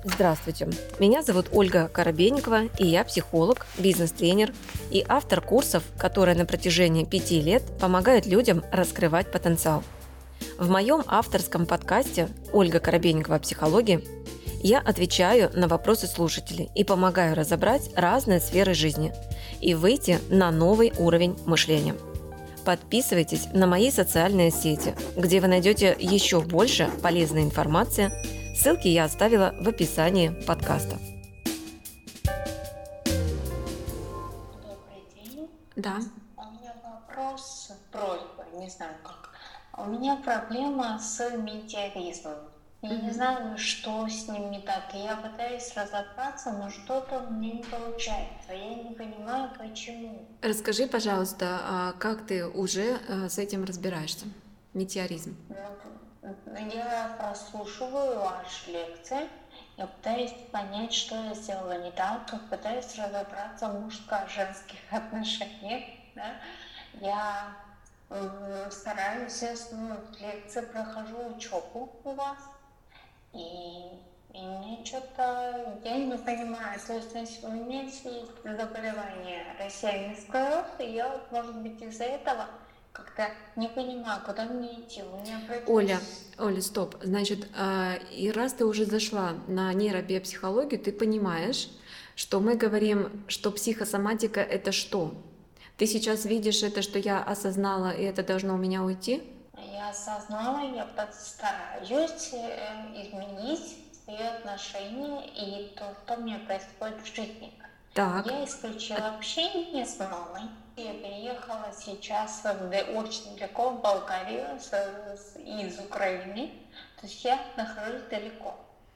Здравствуйте, меня зовут Ольга Коробейникова, и я психолог, бизнес-тренер и автор курсов, которые на протяжении 5 лет помогают людям раскрывать потенциал. В моем авторском подкасте «Ольга Коробейникова о психологии» я отвечаю на вопросы слушателей и помогаю разобрать разные сферы жизни и выйти на новый уровень мышления. Подписывайтесь на мои социальные сети, где вы найдете еще больше полезной информации. Ссылки я оставила в описании подкаста. Добрый день. Да. У меня вопрос, просьба, не знаю как. У меня проблема с метеоризмом. Я не знаю, что с ним не так. И я пытаюсь разобраться, но что-то у меня не получается. Я не понимаю, почему. Расскажи, пожалуйста, как ты уже с этим разбираешься? Метеоризм. Я прослушиваю ваши лекции. Я пытаюсь понять, что я сделала не так. Пытаюсь разобраться в мужско-женских отношениях. Да? Я стараюсь, лекции прохожу учебу у вас. И мне что-то, я не понимаю, то есть у меня есть заболевание рассеянный склероз, и я вот, может быть, из-за этого как-то не понимаю, куда мне идти. У меня Оля, стоп. Значит, и раз ты уже зашла на нейробиопсихологию, ты понимаешь, что мы говорим, что психосоматика — это что? Ты сейчас видишь это, что я осознала, и это должно у меня уйти? Я осознала, я постараюсь изменить свои отношения и то, что у меня происходит в жизни. Так. Я исключила общение с мамой. Я переехала сейчас очень далеко в Болгарию из Украины. То есть я нахожусь далеко.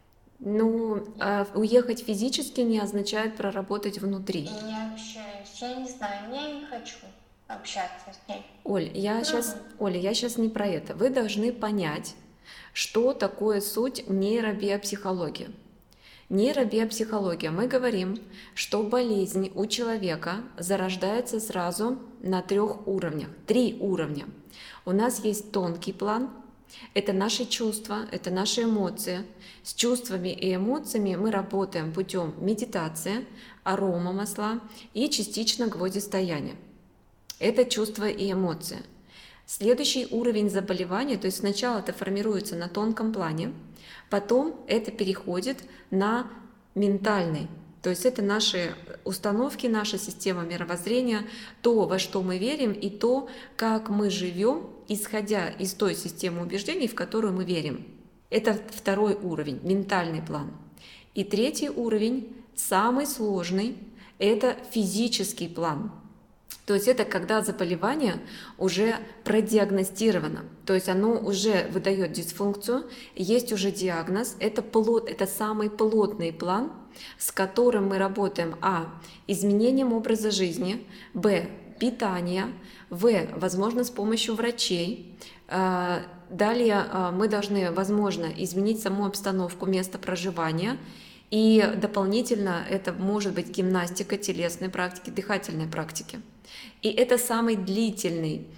Уехать физически не означает проработать внутри. И не общаюсь. Я не знаю, я не хочу общаться с ней. Оля, я сейчас не про это. Вы должны понять, что такое суть нейробиопсихологии. Нейробиопсихология. Мы говорим, что болезнь у человека зарождается сразу на 3 уровнях. 3 уровня. У нас есть тонкий план. Это наши чувства, это наши эмоции. С чувствами и эмоциями мы работаем путем медитации, аромамасла и частично гвоздистояния. Это чувства и эмоции. Следующий уровень заболевания, то есть сначала это формируется на тонком плане, потом это переходит на ментальный. То есть это наши установки, наша система мировоззрения, то, во что мы верим, и то, как мы живем, исходя из той системы убеждений, в которую мы верим. Это 2 уровень, ментальный план. И 3 уровень, самый сложный, это физический план. То есть это когда заболевание уже продиагностировано, то есть оно уже выдает дисфункцию, есть уже диагноз, это самый плотный план, с которым мы работаем: изменением образа жизни, питание, возможно, с помощью врачей. Далее мы должны, возможно, изменить саму обстановку, место проживания. И дополнительно это может быть гимнастика, телесные практики, дыхательные практики. И это самый длительный,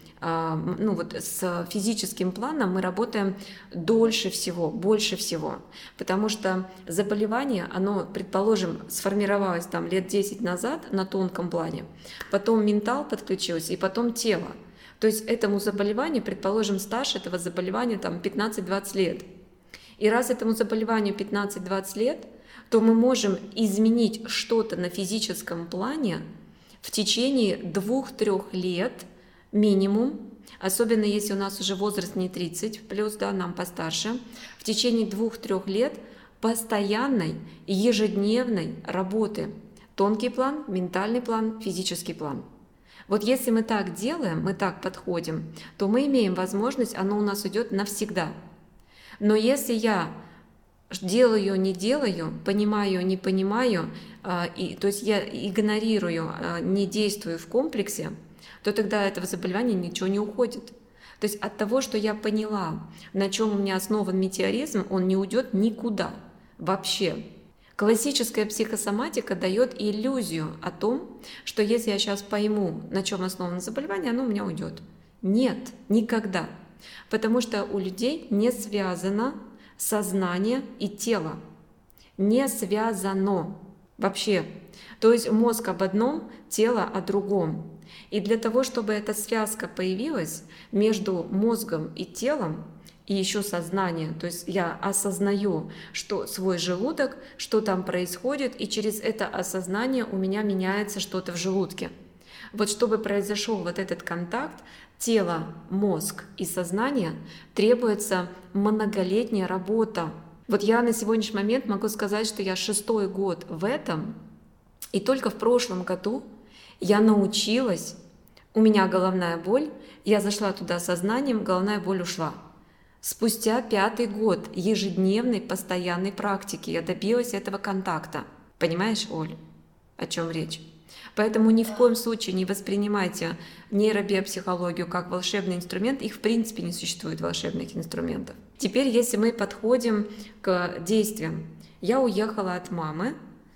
с физическим планом мы работаем дольше всего, больше всего. Потому что заболевание, оно, предположим, сформировалось лет 10 назад на тонком плане, потом ментал подключился и потом тело. То есть этому заболеванию, предположим, стаж этого заболевания 15-20 лет. И раз этому заболеванию 15-20 лет, то мы можем изменить что-то на физическом плане в течение 2-3 лет минимум, особенно если у нас уже возраст не 30 плюс, нам постарше, в течение 2-3 лет постоянной ежедневной работы. Тонкий план, ментальный план, физический план. Вот если мы так делаем, мы так подходим, то мы имеем возможность, оно у нас идет навсегда. Но если я делаю, не делаю, понимаю, не понимаю, то есть я игнорирую, не действую в комплексе, то тогда этого заболевания ничего не уходит. То есть от того, что я поняла, на чем у меня основан метеоризм, он не уйдет никуда вообще. Классическая психосоматика дает иллюзию о том, что если я сейчас пойму, на чем основано заболевание, оно у меня уйдет. Нет, никогда. Потому что у людей не связано сознание и тело. не связано вообще. То есть мозг об одном, тело о другом. И для того, чтобы эта связка появилась между мозгом и телом, и еще сознание, то есть я осознаю, что свой желудок, что там происходит, и через это осознание у меня меняется что-то в желудке. Вот чтобы произошел вот этот контакт, тело, мозг и сознание, требуется многолетняя работа. Вот я на сегодняшний момент могу сказать, что я 6-й год в этом, и только в прошлом году я научилась, у меня головная боль, я зашла туда сознанием, головная боль ушла. Спустя 5-й год ежедневной постоянной практики я добилась этого контакта. Понимаешь, Оль, о чем речь? Поэтому ни в коем случае не воспринимайте нейробиопсихологию как волшебный инструмент. Их в принципе не существует, волшебных инструментов. Теперь, если мы подходим к действиям. Я уехала от мамы.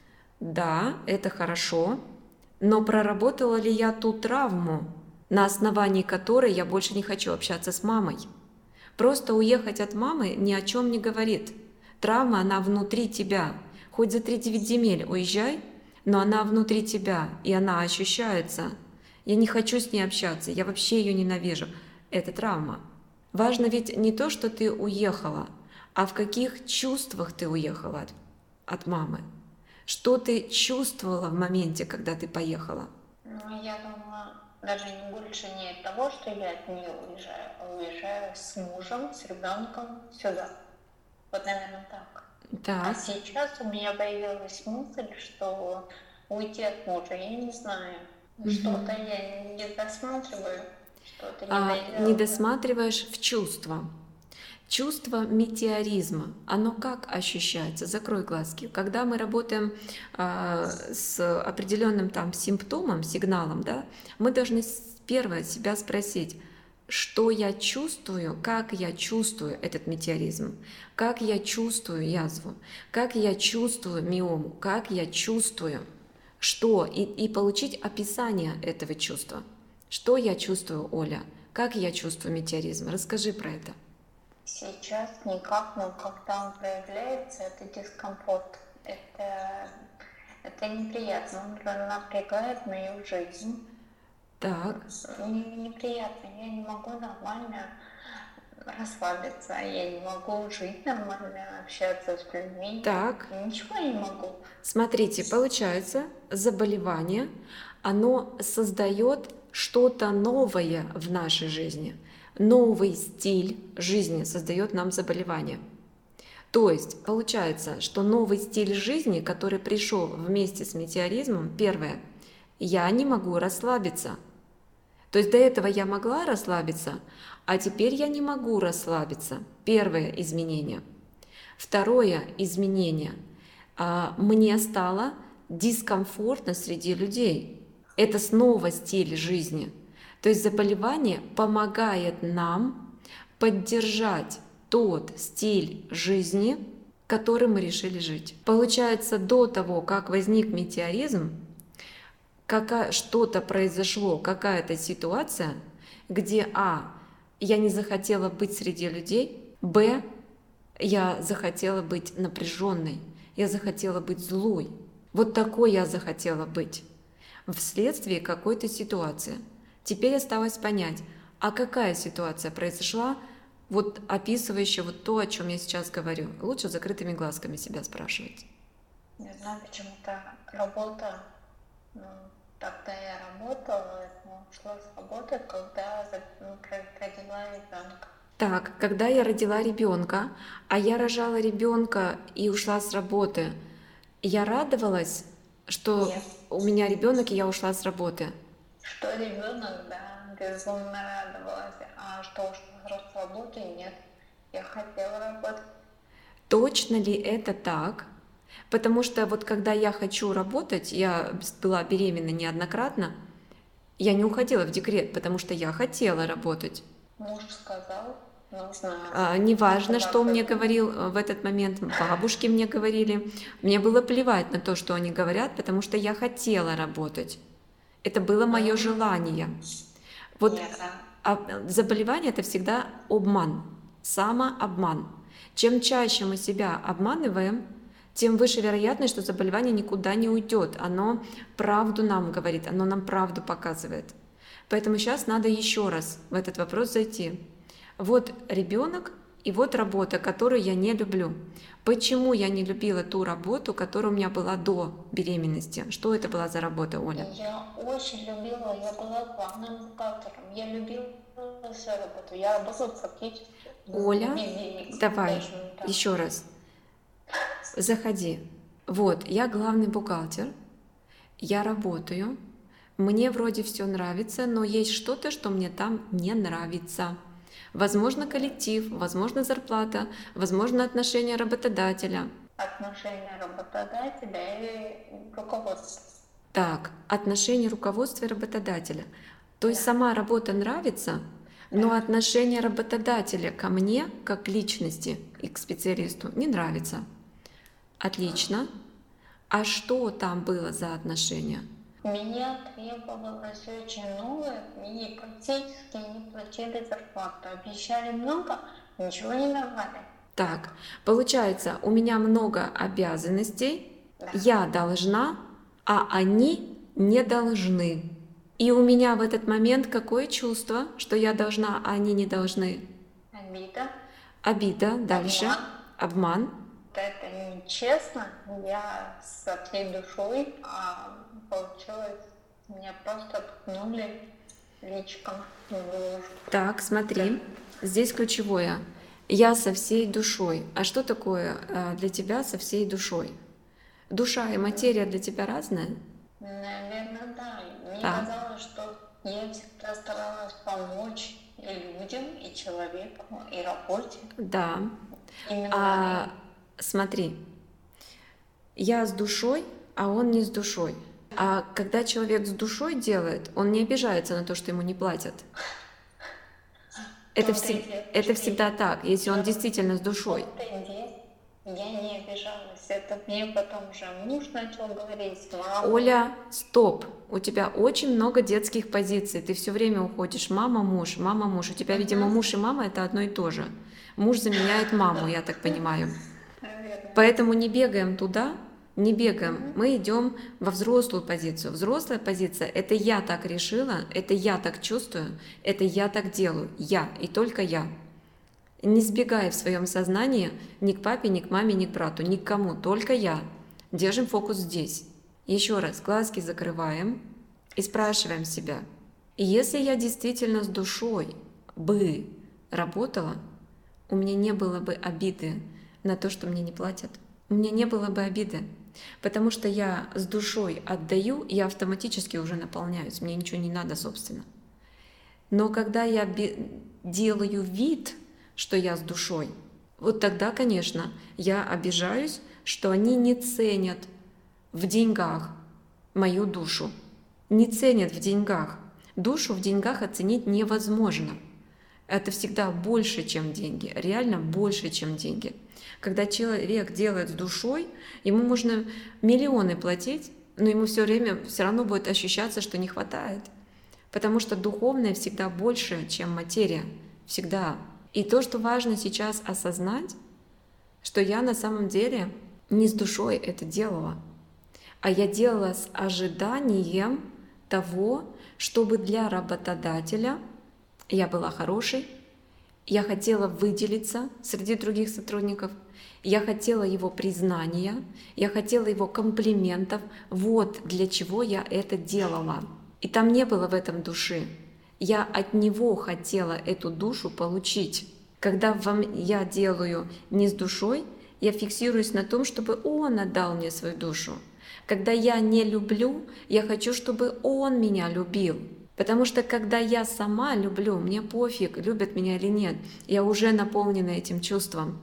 Да, это хорошо. Но проработала ли я ту травму, на основании которой я больше не хочу общаться с мамой? Просто уехать от мамы ни о чем не говорит. Травма, она внутри тебя. Хоть за 3-9 земель уезжай, но она внутри тебя, и она ощущается. Я не хочу с ней общаться, я вообще ее ненавижу. Это травма. Важно ведь не то, что ты уехала, а в каких чувствах ты уехала от мамы. Что ты чувствовала в моменте, когда ты поехала? Ну, я думаю, даже больше не от того, что я от нее уезжаю, а уезжаю с мужем, с ребенком сюда. Вот, наверное, так. Так. А сейчас у меня появилась мысль, что уйти от мужа, я не знаю. Что-то я не досматриваю, что-то не досматриваешь в чувства. Чувство метеоризма, оно как ощущается? Закрой глазки. Когда мы работаем с определенным там симптомом, сигналом, да, мы должны первое себя спросить, что я чувствую, как я чувствую этот метеоризм, как я чувствую язву, как я чувствую миому, как я чувствую, что, и получить описание этого чувства. Что я чувствую, Оля, как я чувствую метеоризм? Расскажи про это. Сейчас никак, но когда он проявляется, это дискомфорт, это неприятно, он напрягает мою жизнь. Так. Неприятно, я не могу нормально расслабиться, я не могу жить нормально, общаться с людьми. Так. Ничего не могу. Смотрите, получается, заболевание, оно создает что-то новое в нашей жизни. Новый стиль жизни создает нам заболевание. То есть получается, что новый стиль жизни, который пришел вместе с метеоризмом, первое, я не могу расслабиться. То есть до этого я могла расслабиться, а теперь я не могу расслабиться. Первое изменение. Второе изменение. Мне стало дискомфортно среди людей. Это снова стиль жизни. То есть заболевание помогает нам поддержать тот стиль жизни, которым мы решили жить. Получается, до того, как возник метеоризм, что-то произошло, какая-то ситуация, где я не захотела быть среди людей, б, я захотела быть напряженной, я захотела быть злой. Вот такой я захотела быть вследствие какой-то ситуации. Теперь осталось понять, какая ситуация произошла, вот описывающая вот то, о чем я сейчас говорю. Лучше закрытыми глазками себя спрашивать. Не знаю, почему-то работа, тогда я работала, ушла с работы, когда родила ребенка. Так, когда я родила ребенка, а я рожала ребенка и ушла с работы, я радовалась, что Нет. У меня ребенок и я ушла с работы. Что ребенок, да, безумно радовалась, а что ушла с работы, нет. Я хотела работать. Точно ли это так? Потому что вот когда я хочу работать, я была беременна неоднократно, я не уходила в декрет, потому что я хотела работать. Муж сказал, нужно... Неважно, что мне говорил в этот момент, бабушки мне говорили. Мне было плевать на то, что они говорят, потому что я хотела работать. Это было мое желание. Вот заболевание — это всегда обман, самообман. Чем чаще мы себя обманываем, тем выше вероятность, что заболевание никуда не уйдет. Оно правду нам говорит, оно нам правду показывает. Поэтому сейчас надо еще раз в этот вопрос зайти. Вот ребенок и вот работа, которую я не люблю. Почему я не любила ту работу, которая у меня была до беременности? Что это была за работа, Оля? Я очень любила, я была главным бухгалтером. Я любила свою работу. Я работала практически Оля, без денег. давай Даже не так. еще раз. Заходи. Вот, я главный бухгалтер, я работаю, мне вроде все нравится, но есть что-то, что мне там не нравится. Возможно, коллектив, возможно, зарплата, возможно, отношение работодателя. Отношения работодателя и руководства. Так, отношение руководства и работодателя. То есть сама работа нравится, но отношение работодателя ко мне, как к личности и к специалисту, не нравится. Отлично. А что там было за отношения? Меня требовалось очень много, мне практически не платили зарплату. Обещали много, ничего не давали. Так, получается, у меня много обязанностей, я должна, а они не должны. И у меня в этот момент какое чувство, что я должна, а они не должны? Обида. Обида, дальше, обман. Это нечестно, я со всей душой, а получилось, меня просто ткнули личиком в ложу. Так, смотри, здесь ключевое. Я со всей душой. А что такое для тебя со всей душой? Душа и материя для тебя разная? Наверное, да. Мне Да. казалось, что я всегда старалась помочь и людям, и человеку, и работе. Да. Именно Смотри, я с душой, а он не с душой. А когда человек с душой делает, он не обижается на то, что ему не платят. Это всегда так, если он действительно с душой. я не обижалась. Это мне потом уже муж начал говорить, мама. Оля, стоп! У тебя очень много детских позиций. Ты все время уходишь мама, муж, мама, муж. У тебя, видимо, муж и мама это одно и то же. Муж заменяет маму, я так понимаю. Поэтому не бегаем туда, не бегаем. Мы идем во взрослую позицию. Взрослая позиция – это я так решила, это я так чувствую, это я так делаю. Я и только я. Не сбегая в своем сознании ни к папе, ни к маме, ни к брату, ни к кому, только я. Держим фокус здесь. Еще раз, глазки закрываем и спрашиваем себя. И если я действительно с душой бы работала, у меня не было бы обиды на то, что мне не платят. У меня не было бы обиды, потому что я с душой отдаю, я автоматически уже наполняюсь, мне ничего не надо, собственно. Но когда я делаю вид, что я с душой, вот тогда, конечно, я обижаюсь, что они не ценят в деньгах мою душу, не ценят в деньгах. Душу в деньгах оценить невозможно. Это всегда больше, чем деньги, реально больше, чем деньги. Когда человек делает с душой, ему можно миллионы платить, но ему все равно будет ощущаться, что не хватает. Потому что духовное всегда больше, чем материя. Всегда. И то, что важно сейчас осознать, что я на самом деле не с душой это делала, а я делала с ожиданием того, чтобы для работодателя я была хорошей, я хотела выделиться среди других сотрудников, я хотела его признания, я хотела его комплиментов. Вот для чего я это делала. И там не было в этом души. Я от него хотела эту душу получить. Когда я делаю не с душой, я фиксируюсь на том, чтобы он отдал мне свою душу. Когда я не люблю, я хочу, чтобы он меня любил. Потому что когда я сама люблю, мне пофиг, любят меня или нет, я уже наполнена этим чувством.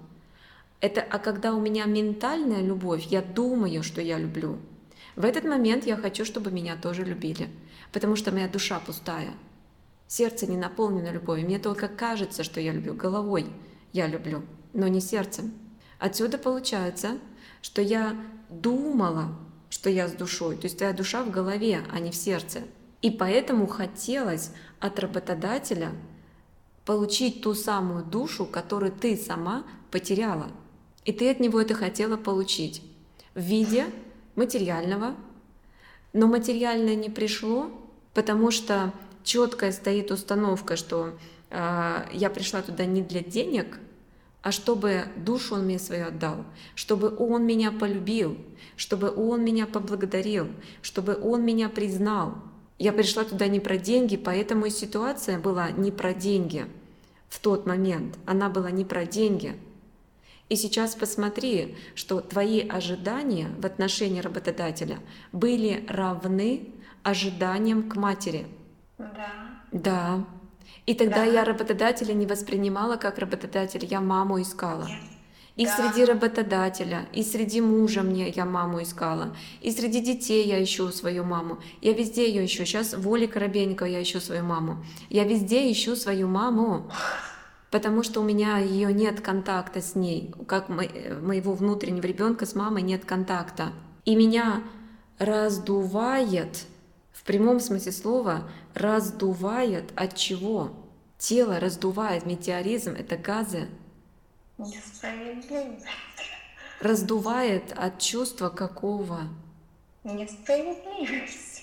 А когда у меня ментальная любовь, я думаю, что я люблю. В этот момент я хочу, чтобы меня тоже любили, потому что моя душа пустая. Сердце не наполнено любовью. Мне только кажется, что я люблю. Головой я люблю, но не сердцем. Отсюда получается, что я думала, что я с душой. То есть твоя душа в голове, а не в сердце. И поэтому хотелось от работодателя получить ту самую душу, которую ты сама потеряла. И ты от него это хотела получить. в виде материального, но материальное не пришло, потому что четкая стоит установка, что я пришла туда не для денег, а чтобы душу он мне свою отдал, чтобы он меня полюбил, чтобы он меня поблагодарил, чтобы он меня признал. Я пришла туда не про деньги, поэтому и ситуация была не про деньги в тот момент. Она была не про деньги. И сейчас посмотри, что твои ожидания в отношении работодателя были равны ожиданиям к матери. Да. Да. И тогда Да. я работодателя не воспринимала как работодатель, я маму искала. Нет. И Да. среди работодателя, и среди мужа мне я маму искала, и среди детей я ищу свою маму. Я везде ее ищу. Сейчас в Оле Коробейниковой я ищу свою маму. Я везде ищу свою маму, потому что у меня ее нет контакта с ней, как моего внутреннего ребенка с мамой нет контакта. И меня раздувает, в прямом смысле слова, раздувает от чего? Тело раздувает, метеоризм — это газы. Несправедливость. Раздувает от чувства какого? Несправедливость.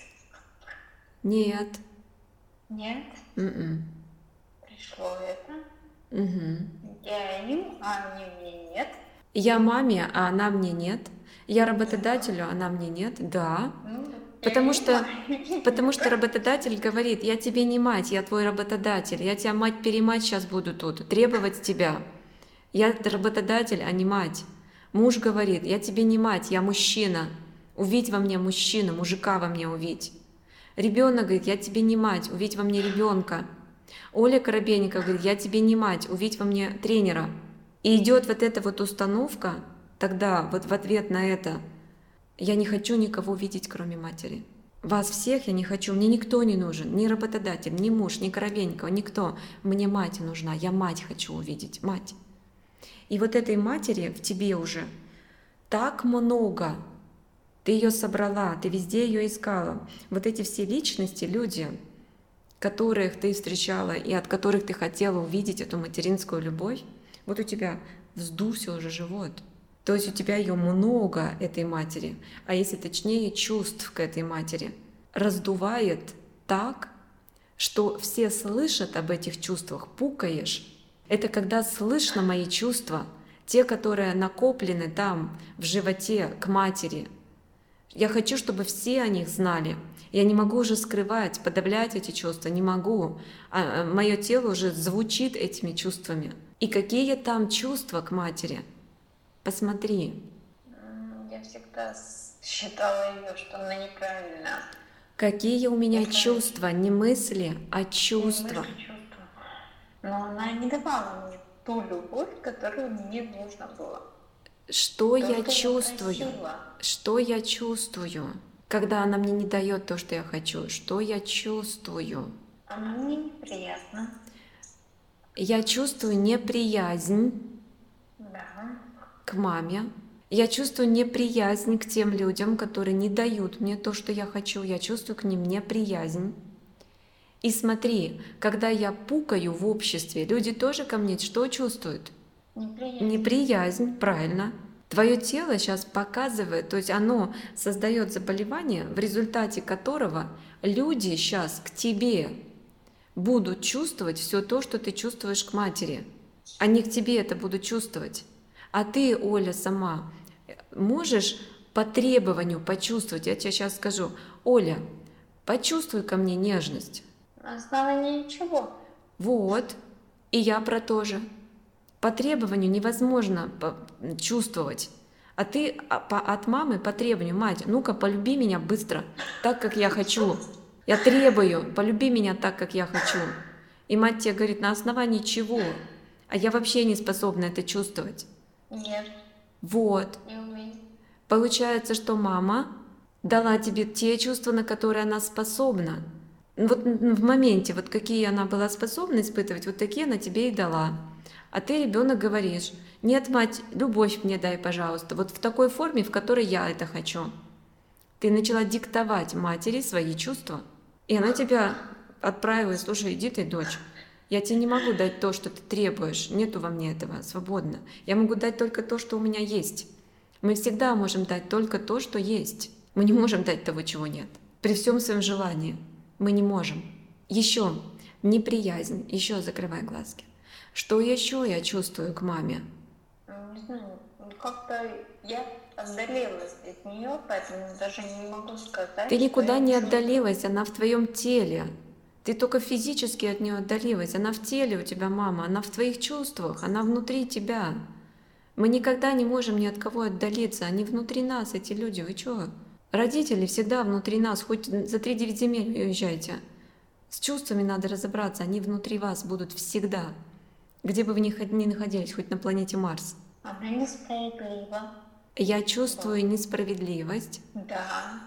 Нет. Нет. М-м. Пришло это. Мгм. Я им, а они мне нет. Я маме, а она мне нет. Я работодателю, она мне нет. Да. Ну, Потому я что, не потому что работодатель говорит: я тебе не мать, я твой работодатель, я тебя мать-перемать сейчас буду тут, требовать с тебя. Я работодатель, а не мать. Муж говорит: я тебе не мать, я мужчина. Увидь во мне мужчину, мужика во мне увидь. Ребенок говорит: я тебе не мать, увидь во мне ребенка. Оля Коробейникова говорит: я тебе не мать, увидь во мне тренера. И идет вот эта вот установка, тогда вот в ответ на это: я не хочу никого видеть, кроме матери. Вас всех я не хочу, мне никто не нужен, ни работодатель, ни муж, ни Коробейникова, никто. Мне мать нужна, я мать хочу увидеть, мать. И вот этой матери в тебе уже так много. Ты ее собрала, ты везде ее искала. Вот эти все личности, люди, которых ты встречала и от которых ты хотела увидеть эту материнскую любовь, вот у тебя вздулся уже живот. То есть у тебя ее много, этой матери, а если точнее, чувств к этой матери. Раздувает так, что все слышат об этих чувствах, пукаешь. Это когда слышно мои чувства, те, которые накоплены там, в животе, к матери. Я хочу, чтобы все о них знали. Я не могу уже скрывать, подавлять эти чувства, не могу. Мое тело уже звучит этими чувствами. И какие там чувства к матери? Посмотри. Я всегда считала ее, что она неправильная. Какие у меня чувства, не мысли, а чувства. Чувства. Но она не давала мне ту любовь, которую мне нужно было. Что То, я что чувствую? просила. Что я чувствую, когда она мне не дает то, что я хочу? Что я чувствую? Она мне неприятна. Я чувствую неприязнь Да. к маме. Я чувствую неприязнь к тем людям, которые не дают мне то, что я хочу. Я чувствую к ним неприязнь. И смотри, когда я пукаю в обществе, люди тоже ко мне что чувствуют? Неприятна. Неприязнь, правильно. Твое тело сейчас показывает, то есть оно создает заболевание, в результате которого люди сейчас к тебе будут чувствовать все то, что ты чувствуешь к матери. Они к тебе это будут чувствовать. А ты, Оля, сама можешь по требованию почувствовать, я тебе сейчас скажу: Оля, почувствуй ко мне нежность. На основании чего? Вот, и я про то же. По требованию невозможно чувствовать. А ты от мамы по требованию: мать, ну-ка, полюби меня быстро, так, как я хочу. Я требую, полюби меня так, как я хочу. И мать тебе говорит: на основании чего? А я вообще не способна это чувствовать. Нет, Вот. не умею. Получается, что мама дала тебе те чувства, на которые она способна. Вот в моменте, вот какие она была способна испытывать, вот такие она тебе и дала. А ты, ребенок, говоришь: нет, мать, любовь мне дай, пожалуйста, вот в такой форме, в которой я это хочу. Ты начала диктовать матери свои чувства. И она тебя отправила: слушай, иди ты, дочь, я тебе не могу дать то, что ты требуешь, нету во мне этого, свободно. Я могу дать только то, что у меня есть. Мы всегда можем дать только то, что есть. Мы не можем дать того, чего нет. При всем своем желании мы не можем. Еще неприязнь, еще закрывай глазки. Что еще я чувствую к маме? Не знаю, как-то я отдалилась от нее, поэтому даже не могу сказать. Ты никуда не чувствую. отдалилась, она в твоем теле. Ты только физически от нее отдалилась. Она в теле у тебя, мама, она в твоих чувствах, она внутри тебя. Мы никогда не можем ни от кого отдалиться. Они внутри нас, эти люди. Вы чего? Родители всегда внутри нас. Хоть за 3-9 земель уезжайте. С чувствами надо разобраться. Они внутри вас будут всегда. Где бы вы ни находились, хоть на планете Марс. Она несправедлива. Я чувствую несправедливость. Да.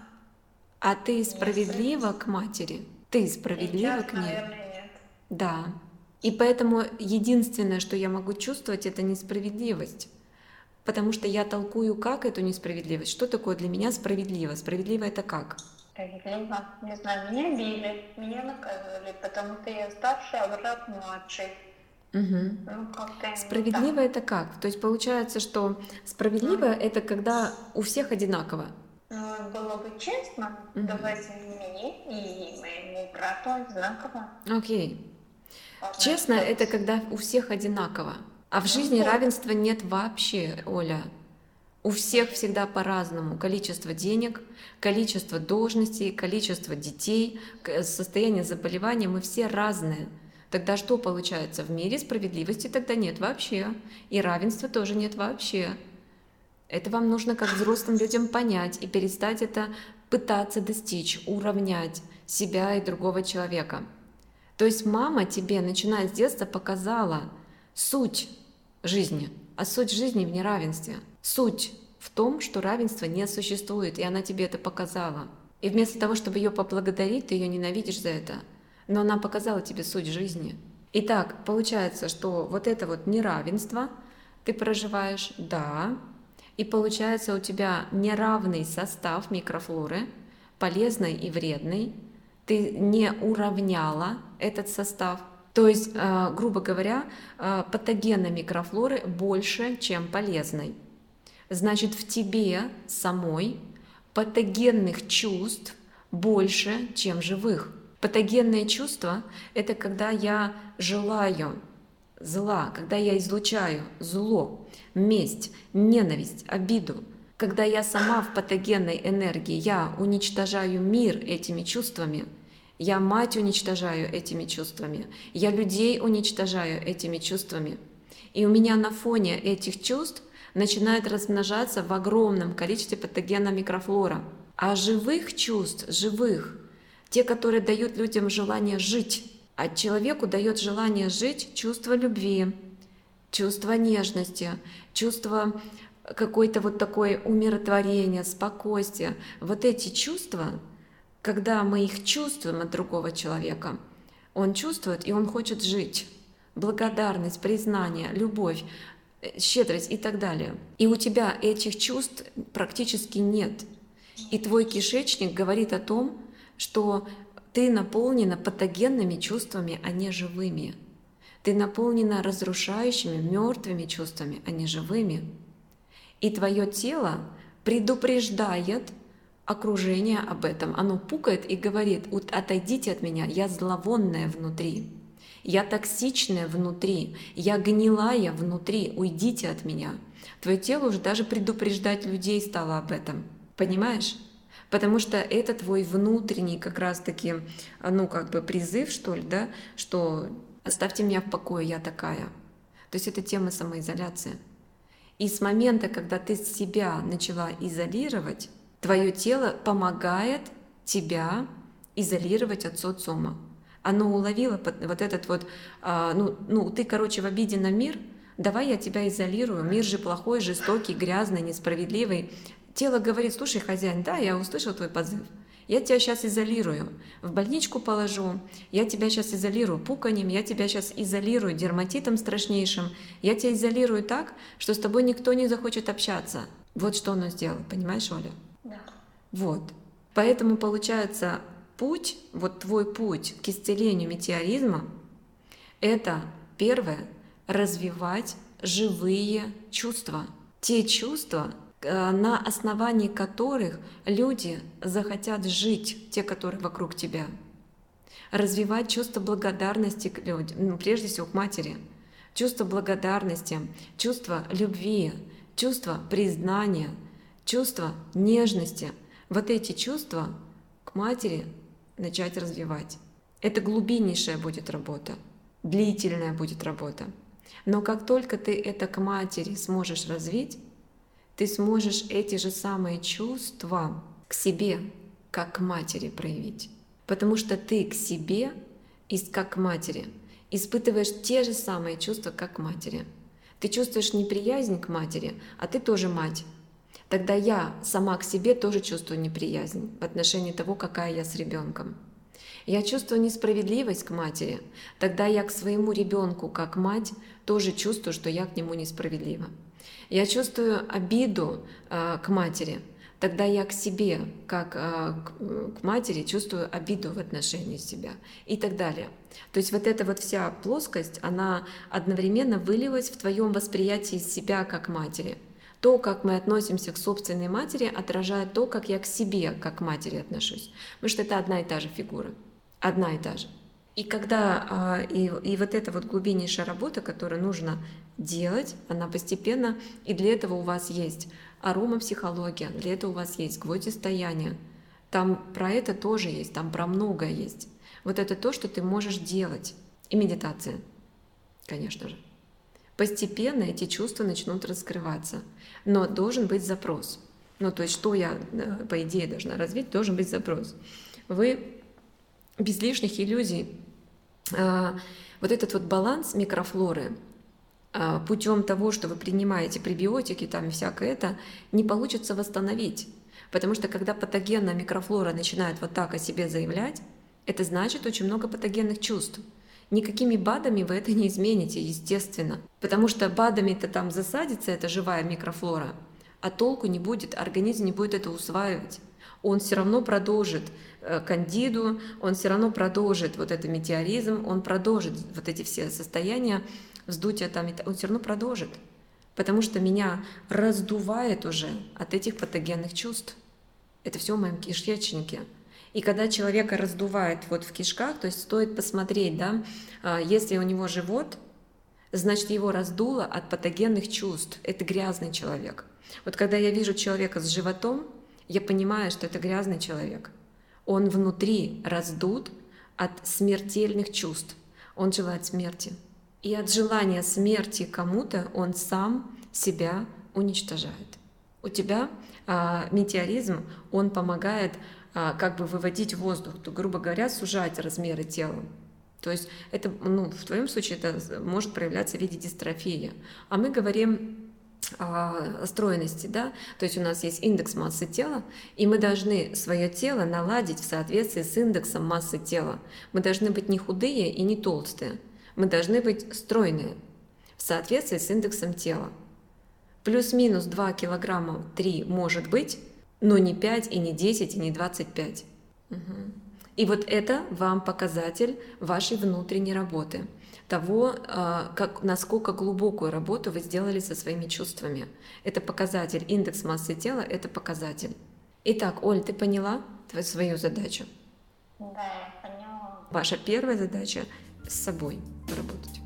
А ты справедлива к матери? Ты справедлива Сейчас, к ней? наверное, нет. Да. И поэтому единственное, что я могу чувствовать, это несправедливость. Потому что я толкую, как эту несправедливость. Что такое для меня справедливо? Справедливо это как? Справедливо. Не знаю, меня били, меня наказывали, потому что я старший, а брат младший. Угу. Ну, как-то Справедливо это как? То есть получается, что справедливо это когда у всех одинаково. Ну, было бы честно, давайте мне и моему брату одинаково. Окей. Честно это когда у всех одинаково. А в жизни равенства нет вообще, Оля. У всех всегда по-разному. Количество денег, количество должностей, количество детей, состояние заболевания. Мы все разные. Тогда что получается? В мире справедливости тогда нет вообще. И равенства тоже нет вообще. Это вам нужно как взрослым людям понять и перестать это пытаться достичь, уравнять себя и другого человека. То есть мама тебе, начиная с детства, показала суть жизни, а суть жизни в неравенстве. Суть в том, что равенства не существует, и она тебе это показала. И вместо того, чтобы ее поблагодарить, ты ее ненавидишь за это. Но она показала тебе суть жизни. Итак, получается, что вот это вот неравенство ты проживаешь, да, и получается у тебя неравный состав микрофлоры, полезной и вредной. Ты не уравняла этот состав. То есть, грубо говоря, патогенной микрофлоры больше, чем полезной. Значит, в тебе самой патогенных чувств больше, чем живых. Патогенные чувства – это когда я желаю зла, когда я излучаю зло, месть, ненависть, обиду. Когда я сама в патогенной энергии, я уничтожаю мир этими чувствами, я мать уничтожаю этими чувствами, я людей уничтожаю этими чувствами. И у меня на фоне этих чувств начинает размножаться в огромном количестве патогена микрофлора. А живых чувств, живых, те, которые дают людям желание жить, а человеку дает желание жить чувство любви, чувство нежности, чувство какое-то вот такое умиротворение, спокойствие. Вот эти чувства, когда мы их чувствуем от другого человека, он чувствует и он хочет жить. Благодарность, признание, любовь, щедрость и так далее. И у тебя этих чувств практически нет. И твой кишечник говорит о том, что ты наполнена патогенными чувствами, а не живыми. Ты наполнена разрушающими, мертвыми чувствами, а не живыми. И твое тело предупреждает окружение об этом. Оно пукает и говорит: отойдите от меня, я зловонная внутри, я токсичная внутри, я гнилая внутри, уйдите от меня. Твое тело уже даже предупреждать людей стало об этом. Понимаешь? Потому что это твой внутренний как раз-таки, призыв, что ли, да, что оставьте меня в покое, я такая. То есть это тема самоизоляции. И с момента, когда ты себя начала изолировать, твое тело помогает тебя изолировать от социума. Оно уловило вот этот вот, ты, в обиде на мир, давай я тебя изолирую, мир же плохой, жестокий, грязный, несправедливый. Тело говорит: слушай, хозяин, да, я услышал твой позыв, я тебя сейчас изолирую, в больничку положу, я тебя сейчас изолирую пуканьем, я тебя сейчас изолирую дерматитом страшнейшим, я тебя изолирую так, что с тобой никто не захочет общаться. Вот что оно сделало, понимаешь, Оля? Да. Вот. Поэтому получается путь, вот твой путь к исцелению метеоризма, это первое — развивать живые чувства. Те чувства, на основании которых люди захотят жить, те, которые вокруг тебя. Развивать чувство благодарности к людям, прежде всего к матери. Чувство благодарности, чувство любви, чувство признания, чувство нежности. Вот эти чувства к матери начать развивать. Это глубиннейшая будет работа, длительная будет работа. Но как только ты это к матери сможешь развить, ты сможешь эти же самые чувства к себе, как к матери проявить. Потому что ты к себе, как к матери, испытываешь те же самые чувства, как к матери. Ты чувствуешь неприязнь к матери, а ты тоже мать. Тогда я сама к себе тоже чувствую неприязнь в отношении того, какая я с ребенком. Я чувствую несправедливость к матери, тогда я к своему ребенку, как мать, тоже чувствую, что я к нему несправедлива. Я чувствую обиду к матери, тогда я к себе, как к матери, чувствую обиду в отношении себя и так далее. То есть вот эта вот вся плоскость, она одновременно вылилась в твоем восприятии себя как матери. То, как мы относимся к собственной матери, отражает то, как я к себе, как к матери отношусь. Потому что это одна и та же фигура. Одна и та же. И когда и вот эта вот глубиннейшая работа, которую нужно делать, она постепенно, и для этого у вас есть аромапсихология, для этого у вас есть гвоздистояние. Там про это тоже есть, там про многое есть. Вот это то, что ты можешь делать. И медитация, конечно же. Постепенно эти чувства начнут раскрываться. Но должен быть запрос. Ну, то есть, что я, по идее, должна развить, должен быть запрос. Вы без лишних иллюзий вот этот вот баланс микрофлоры путем того, что вы принимаете пребиотики там и всякое это, не получится восстановить. Потому что когда патогенная микрофлора начинает вот так о себе заявлять, это значит очень много патогенных чувств. Никакими БАДами вы это не измените, естественно. Потому что БАДами-то там засадится эта живая микрофлора, а толку не будет, организм не будет это усваивать. Он все равно продолжит кандиду, он все равно продолжит вот это метеоризм, он продолжит вот эти все состояния, вздутия там, он все равно продолжит. Потому что меня раздувает уже от этих патогенных чувств. Это все в моем кишечнике. И когда человека раздувает вот в кишках, то есть стоит посмотреть, да, если у него живот, значит его раздуло от патогенных чувств. Это грязный человек. Вот когда я вижу человека с животом, я понимаю, что это грязный человек. Он внутри раздут от смертельных чувств. Он желает смерти. И от желания смерти кому-то он сам себя уничтожает. У тебя метеоризм, он помогает как бы выводить воздух, то, грубо говоря, сужать размеры тела. То есть это, в твоем случае это может проявляться в виде дистрофии. А мы говорим о стройности, да? То есть у нас есть индекс массы тела, и мы должны свое тело наладить в соответствии с индексом массы тела. Мы должны быть не худые и не толстые. Мы должны быть стройные в соответствии с индексом тела. Плюс-минус 2 килограмма 3 может быть, но не 5, и не 10, и не 25. И вот это вам показатель вашей внутренней работы. Того, насколько глубокую работу вы сделали со своими чувствами. Это показатель. Индекс массы тела – это показатель. Итак, Оль, ты поняла свою задачу? Да, я поняла. Ваша первая задача – с собой поработать.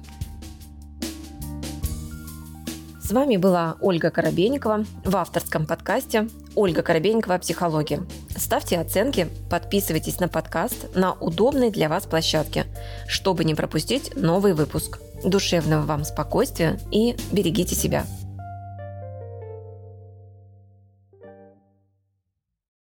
С вами была Ольга Коробейникова в авторском подкасте «Ольга Коробейникова. Психология». Ставьте оценки, подписывайтесь на подкаст на удобной для вас площадке, чтобы не пропустить новый выпуск. Душевного вам спокойствия и берегите себя.